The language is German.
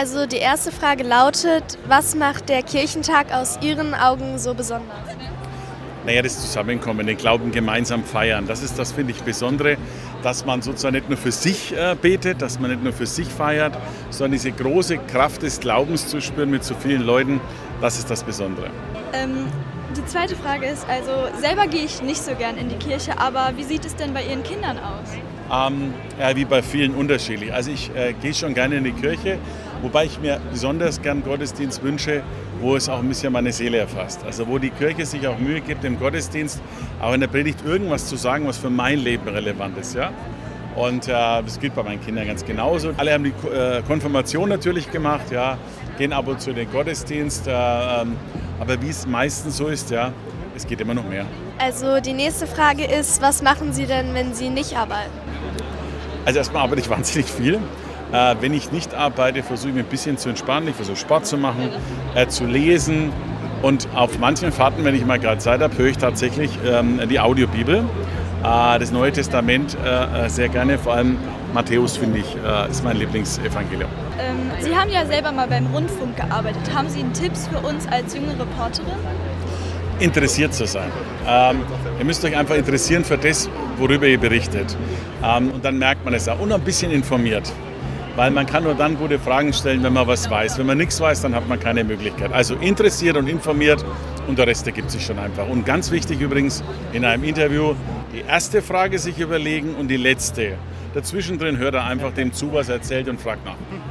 Also die erste Frage lautet, was macht der Kirchentag aus Ihren Augen so besonders? Naja, das Zusammenkommen, den Glauben gemeinsam feiern. Das ist das, finde ich, Besondere, dass man sozusagen nicht nur für sich betet, dass man nicht nur für sich feiert, sondern diese große Kraft des Glaubens zu spüren mit so vielen Leuten, das ist das Besondere. Die zweite Frage ist, also selber gehe ich nicht so gern in die Kirche, aber wie sieht es denn bei Ihren Kindern aus? Ja, wie bei vielen unterschiedlich. Also ich gehe schon gerne in die Kirche, wobei ich mir besonders gern Gottesdienst wünsche, wo es auch ein bisschen meine Seele erfasst. Also wo die Kirche sich auch Mühe gibt, im Gottesdienst auch in der Predigt irgendwas zu sagen, was für mein Leben relevant ist. Ja? Und das gilt bei meinen Kindern ganz genauso. Alle haben die Konfirmation natürlich gemacht, ja, gehen ab und zu in den Gottesdienst. Aber wie es meistens so ist, ja, es geht immer noch mehr. Also die nächste Frage ist, was machen Sie denn, wenn Sie nicht arbeiten? Also erstmal arbeite ich wahnsinnig viel. Wenn ich nicht arbeite, versuche ich mich ein bisschen zu entspannen. Ich versuche Sport zu machen, zu lesen. Und auf manchen Fahrten, wenn ich mal gerade Zeit habe, höre ich tatsächlich die Audiobibel. Das Neue Testament sehr gerne, vor allem Matthäus, finde ich, ist mein Lieblingsevangelium. Sie haben ja selber mal beim Rundfunk gearbeitet. Haben Sie einen Tipps für uns als junge Reporterin? Interessiert zu sein. Ihr müsst euch einfach interessieren für das, worüber ihr berichtet. Und dann merkt man es auch. Und ein bisschen informiert. Weil man kann nur dann gute Fragen stellen, wenn man was weiß. Wenn man nichts weiß, dann hat man keine Möglichkeit. Also interessiert und informiert und der Rest ergibt sich schon einfach. Und ganz wichtig übrigens in einem Interview, die erste Frage sich überlegen und die letzte. Dazwischendrin hört er einfach dem zu, was er erzählt und fragt nach.